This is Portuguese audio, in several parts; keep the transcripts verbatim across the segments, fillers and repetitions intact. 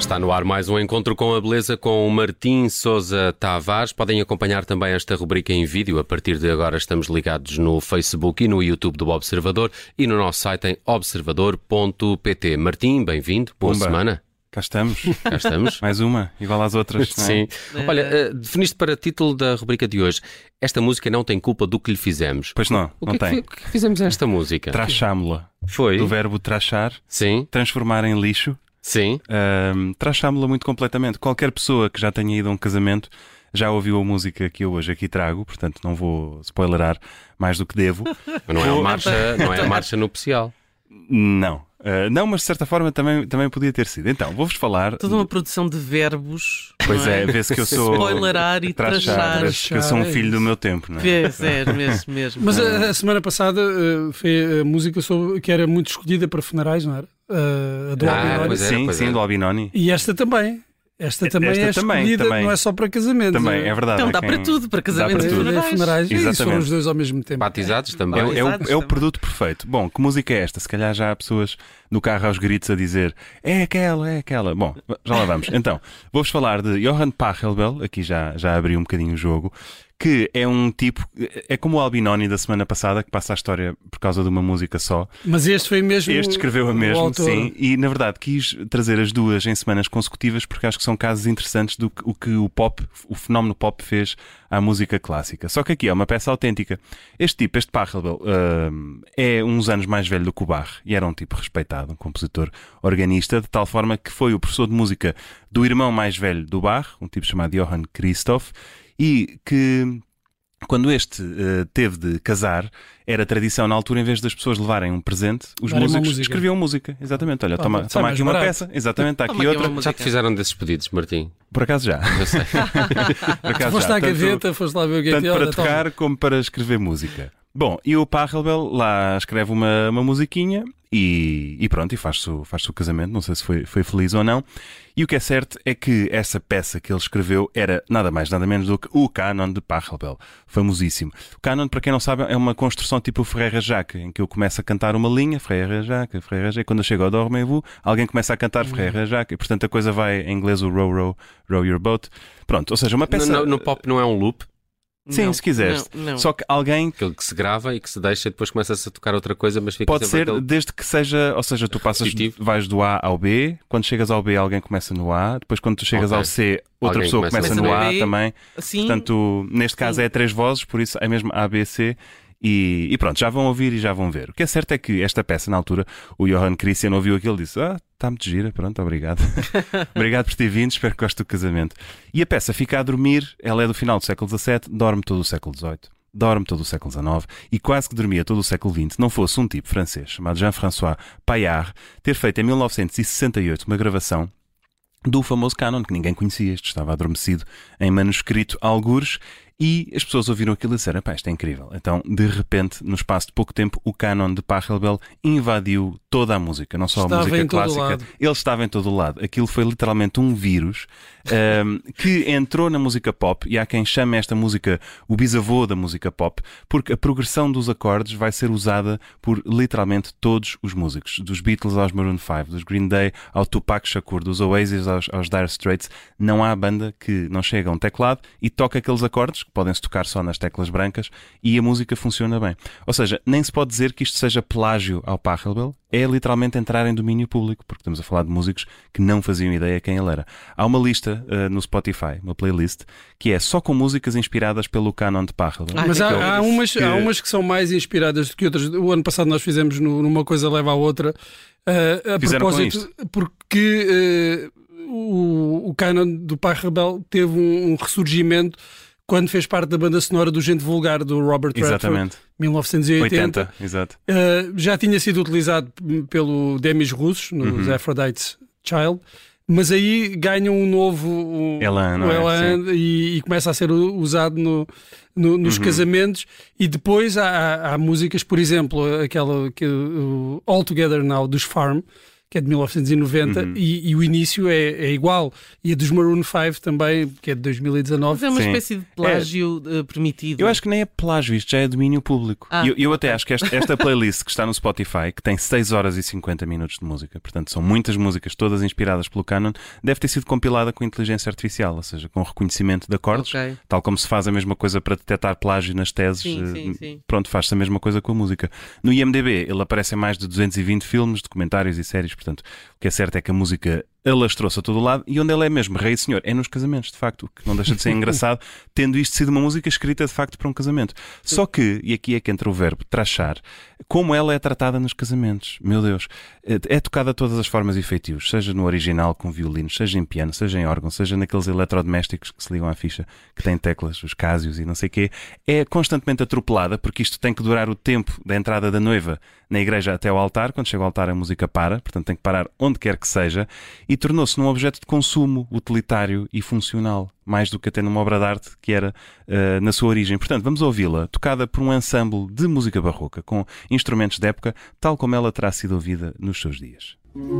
Está no ar mais um encontro com a beleza com o Martim Sousa Tavares. Podem acompanhar também esta rubrica em vídeo. A partir de agora estamos ligados no Facebook e no YouTube do Observador e no nosso site em observador ponto pt. Martim, bem-vindo. Boa Pumba. semana. Cá estamos. Cá estamos. Mais uma, igual às outras. Não é? Sim. Olha, uh, definiste para título da rubrica de hoje: esta música não tem culpa do que lhe fizemos. Pois não, o não que tem. É que, o que fizemos a esta música? Trachámo-la. Foi? Do verbo trachar, Sim. transformar em lixo. Sim. Um, Trachámo-la muito completamente. Qualquer pessoa que já tenha ido a um casamento já ouviu a música que eu hoje aqui trago, portanto não vou spoilerar mais do que devo. Mas não é a marcha, não é a marcha nupcial. Não. Uh, não, mas de certa forma também, também podia ter sido. Então, vou-vos falar... Toda uma produção de verbos. Pois não é, é, vê-se que eu sou... Spoilerar e trachar. Vê-se que eu sou um filho do meu tempo, não é? Vês, é mesmo, mesmo. Mas a, a semana passada uh, foi a música sobre, que era muito escolhida para funerais, não era? Uh, a do Ah, Albinoni. pois era, sim, pois sim, era. do Albinoni. E esta também. Esta também Esta é também, escolhida, também. não é só para casamentos. Também, é verdade. Então é dá quem- para tudo, para dá casamentos para e tudo. É, funerais. funerais. E Exatamente. foram os dois ao mesmo tempo. Batizados também. É, o- é, o, Batizados é o também. produto perfeito. Bom, que música é esta? Se calhar já há pessoas no carro aos gritos a dizer é aquela, é aquela. Bom, já lá vamos. Então, vou-vos falar de Johann Pachelbel, aqui já, já abri um bocadinho o jogo, que é um tipo, é como o Albinoni da semana passada, que passa a história por causa de uma música só. Mas este foi mesmo. Este escreveu a o mesmo, autor. sim, e na verdade quis trazer as duas em semanas consecutivas porque acho que são casos interessantes do que o que o pop, o fenómeno pop fez à música clássica. Só que aqui é uma peça autêntica. Este tipo, este Pachelbel, hum, é uns anos mais velho do que o Bach e era um tipo respeitado, um compositor organista, de tal forma que foi o professor de música do irmão mais velho do Bach, um tipo chamado Johann Christoph, e que quando este uh, teve de casar, era tradição na altura, em vez das pessoas levarem um presente, os Darem uma músicos música. escreviam música. Exatamente, olha, Ah, toma, sai toma mais aqui uma barato. peça, exatamente, está Toma aqui aqui outra. uma música. Já te fizeram desses pedidos, Martim? Por acaso já. Eu sei. Por acaso Foste já. à Tanto- gaveta, foste lá ver o que é Tanto que para olha, toma. tocar como para escrever música. Bom, e o Pachelbel lá escreve uma, uma musiquinha e, e pronto, e faz-se o, faz-se o casamento, não sei se foi, foi feliz ou não. E o que é certo é que essa peça que ele escreveu era nada mais, nada menos do que o Canon de Pachelbel, famosíssimo. O Canon, para quem não sabe, é uma construção tipo o Ferreira Jacques, em que eu começo a cantar uma linha, Ferreira Jacques, Ferreira Jacques, e quando eu chego ao Dormez-vous, alguém começa a cantar Ferreira Jacques, e portanto a coisa vai em inglês o row, row, row your boat. Pronto, ou seja, uma No, peça... no- no pop não é um loop? Sim, Não, se quiseres. não, não. Só que alguém Aquele que se grava e que se deixa e depois começa-se a tocar outra coisa, mas fica pode sempre ser aquele... desde que seja, ou seja, tu passas, Repetitivo. vais do A ao B, quando chegas ao B alguém começa no A, depois quando tu chegas Ok. ao C outra Alguém pessoa começa começa, no no B. A também. Assim, Portanto, neste caso Sim. é três vozes, por isso é mesmo A, B, C. E, e pronto, já vão ouvir e já vão ver. O que é certo é que esta peça, na altura, o Johann Christian ouviu aquilo e disse: Ah, está muito gira, pronto, obrigado. Obrigado por ter vindo, espero que goste do casamento. E a peça fica a dormir, ela é do final do século dezassete, dorme todo o século dezoito, dorme todo o século dezanove e quase que dormia todo o século vinte, não fosse um tipo francês chamado Jean-François Paillard ter feito em mil novecentos e sessenta e oito uma gravação do famoso Canon, que ninguém conhecia. Isto estava adormecido em manuscrito algures e as pessoas ouviram aquilo e disseram: pá, isto é incrível. Então, de repente, no espaço de pouco tempo, o Canon de Pachelbel invadiu toda a música, não só Estava a música em todo clássica. lado. Ele estava em todo o lado. Aquilo foi literalmente um vírus ahm, que entrou na música pop, e há quem chame esta música o bisavô da música pop, porque a progressão dos acordes vai ser usada por literalmente todos os músicos, dos Beatles aos Maroon five, dos Green Day ao Tupac Shakur, dos Oasis aos, aos Dire Straits. Não há banda que não chega a um teclado e toca aqueles acordes, que podem-se tocar só nas teclas brancas, e a música funciona bem. Ou seja, nem se pode dizer que isto seja plágio ao Pachelbel, é literalmente entrar em domínio público, porque estamos a falar de músicos que não faziam ideia quem ele era. Há uma lista uh, no Spotify, uma playlist, que é só com músicas inspiradas pelo Canon de Pachelbel. Ah, Mas que há, eu- há, umas, que- há umas que são mais inspiradas do que outras. O ano passado nós fizemos no, numa coisa leva à outra. Uh, a Fizeram com propósito, porque uh, o, o Canon do Pachelbel teve um, um ressurgimento quando fez parte da banda sonora do Gente Vulgar, do Robert Redford, Exatamente. mil novecentos e oitenta. oitenta, exato. Uh, já tinha sido utilizado pelo Demis Russos, nos Uhum. Aphrodite's Child, mas aí ganha um novo um, Elan, não um é? elan e, e começa a ser u- usado no, no- nos Uhum. casamentos. E depois há, há- há músicas, por exemplo, aquela que, o All Together Now dos Farm, que é de mil novecentos e noventa, Uhum. e, e o início é, é igual. E a dos Maroon cinco também, que é de dois mil e dezanove. Mas é uma Sim. espécie de plágio eh, permitido. Eu acho que nem é plágio, isto já é domínio público. Ah, E eu, eu até acho que esta, esta playlist que está no Spotify, que tem seis horas e cinquenta minutos de música, portanto são muitas músicas, todas inspiradas pelo Canon, deve ter sido compilada com inteligência artificial, ou seja, com reconhecimento de acordes, Ok. tal como se faz a mesma coisa para detectar plágio nas teses. Sim, eh, sim, sim. Pronto, faz-se a mesma coisa com a música. No I M D B ele aparece em mais de duzentos e vinte filmes, documentários e séries, portanto, o que é certo é que a música alastrou-se a todo lado, e onde ele é mesmo rei e senhor é nos casamentos, de facto, o que não deixa de ser engraçado, tendo isto sido uma música escrita de facto para um casamento. Só que, e aqui é que entra o verbo trachar, como ela é tratada nos casamentos, meu Deus, é tocada de todas as formas e feitios, seja no original com violinos, seja em piano, seja em órgão, seja naqueles eletrodomésticos que se ligam à ficha, que têm teclas, os cásios e não sei o quê, é constantemente atropelada, porque isto tem que durar o tempo da entrada da noiva na igreja até ao altar. Quando chega ao altar a música para, portanto tem que parar onde quer que seja, e tornou-se num objeto de consumo utilitário e funcional, mais do que até numa obra de arte que era uh, na sua origem. Portanto, vamos ouvi-la, tocada por um ensemble de música barroca, com instrumentos de época, tal como ela terá sido ouvida nos seus dias.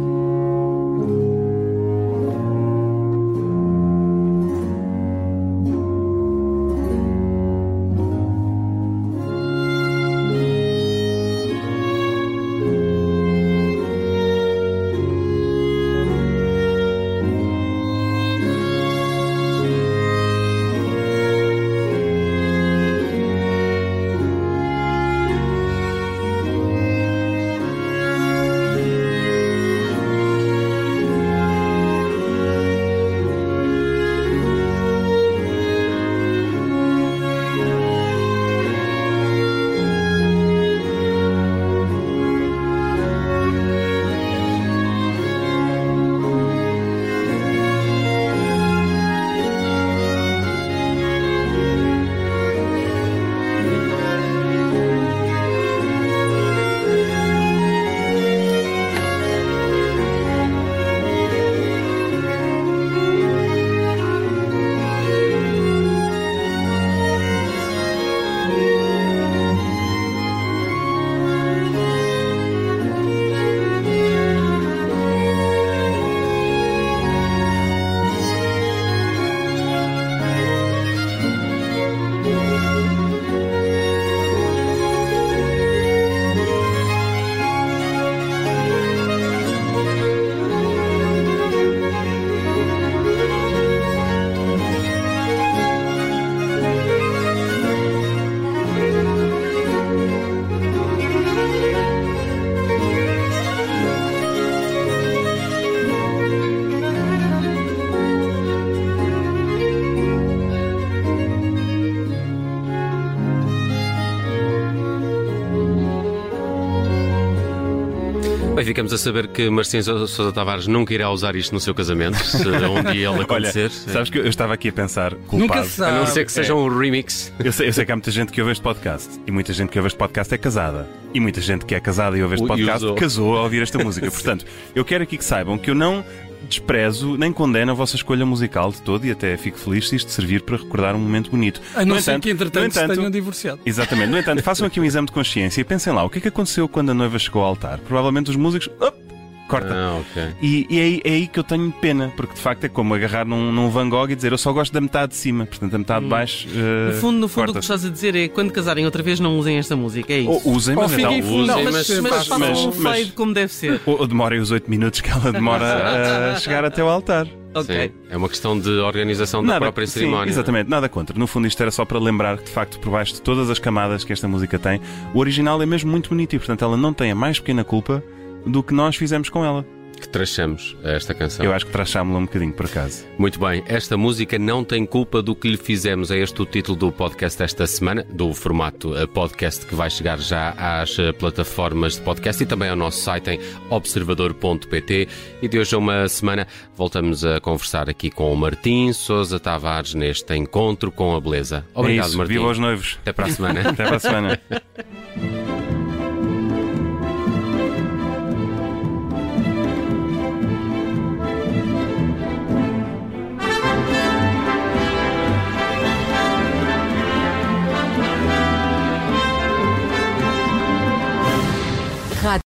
Bem, ficamos a saber que Martim Sousa Tavares nunca irá usar isto no seu casamento, se um dia ele acontecer. Olha, sabes que eu estava aqui a pensar, Nunca culpado. se A sabe. não ser que seja um remix. Eu sei, eu sei que há muita gente que ouve este podcast, e muita gente que ouve este podcast é casada, e muita gente que é casada e ouve este O- e podcast usou. casou a ouvir esta música. Portanto, eu quero aqui que saibam que eu não desprezo nem condeno a vossa escolha musical de todo, e até fico feliz se isto servir para recordar um momento bonito. A não No ser entanto- que, entretanto, no se entanto- tenham divorciado. Exatamente. No entanto, façam aqui um exame de consciência e pensem lá, o que é que aconteceu quando a noiva chegou ao altar? Provavelmente os músicos... op, corta. Ah, ok. E, e é, aí, é aí que eu tenho pena, porque de facto é como agarrar num, num Van Gogh e dizer eu só gosto da metade de cima, portanto a metade de baixo. No Uh, fundo, no fundo o que corta. estás a dizer é quando casarem outra vez não usem esta música, é isso. Ou usem, Ou mas fiquem então, fundo. usem, Não, mas, mas, mas, mas, façam mas- um mas- fade como deve ser. ou, ou demorem os oito minutos que ela demora a chegar até ao altar. Ok. Sim. É uma questão de organização da própria sim, cerimónia. exatamente, nada contra. No fundo, isto era só para lembrar que, de facto, por baixo de todas as camadas que esta música tem, o original é mesmo muito bonito e, portanto, ela não tem a mais pequena culpa do que nós fizemos com ela. Que trachamos esta canção. Eu acho que trachámos-la um bocadinho, por acaso. Muito bem, esta música não tem culpa do que lhe fizemos. É este o título do podcast desta semana, do formato eh, podcast que vai chegar já às eh, plataformas de podcast e também ao nosso site em observador ponto pt. E de hoje a uma semana voltamos a conversar aqui com o Martim Sousa Tavares neste encontro com a beleza. É Obrigado, isso, Martim. viva os noivos. Até para a semana. Até para a semana.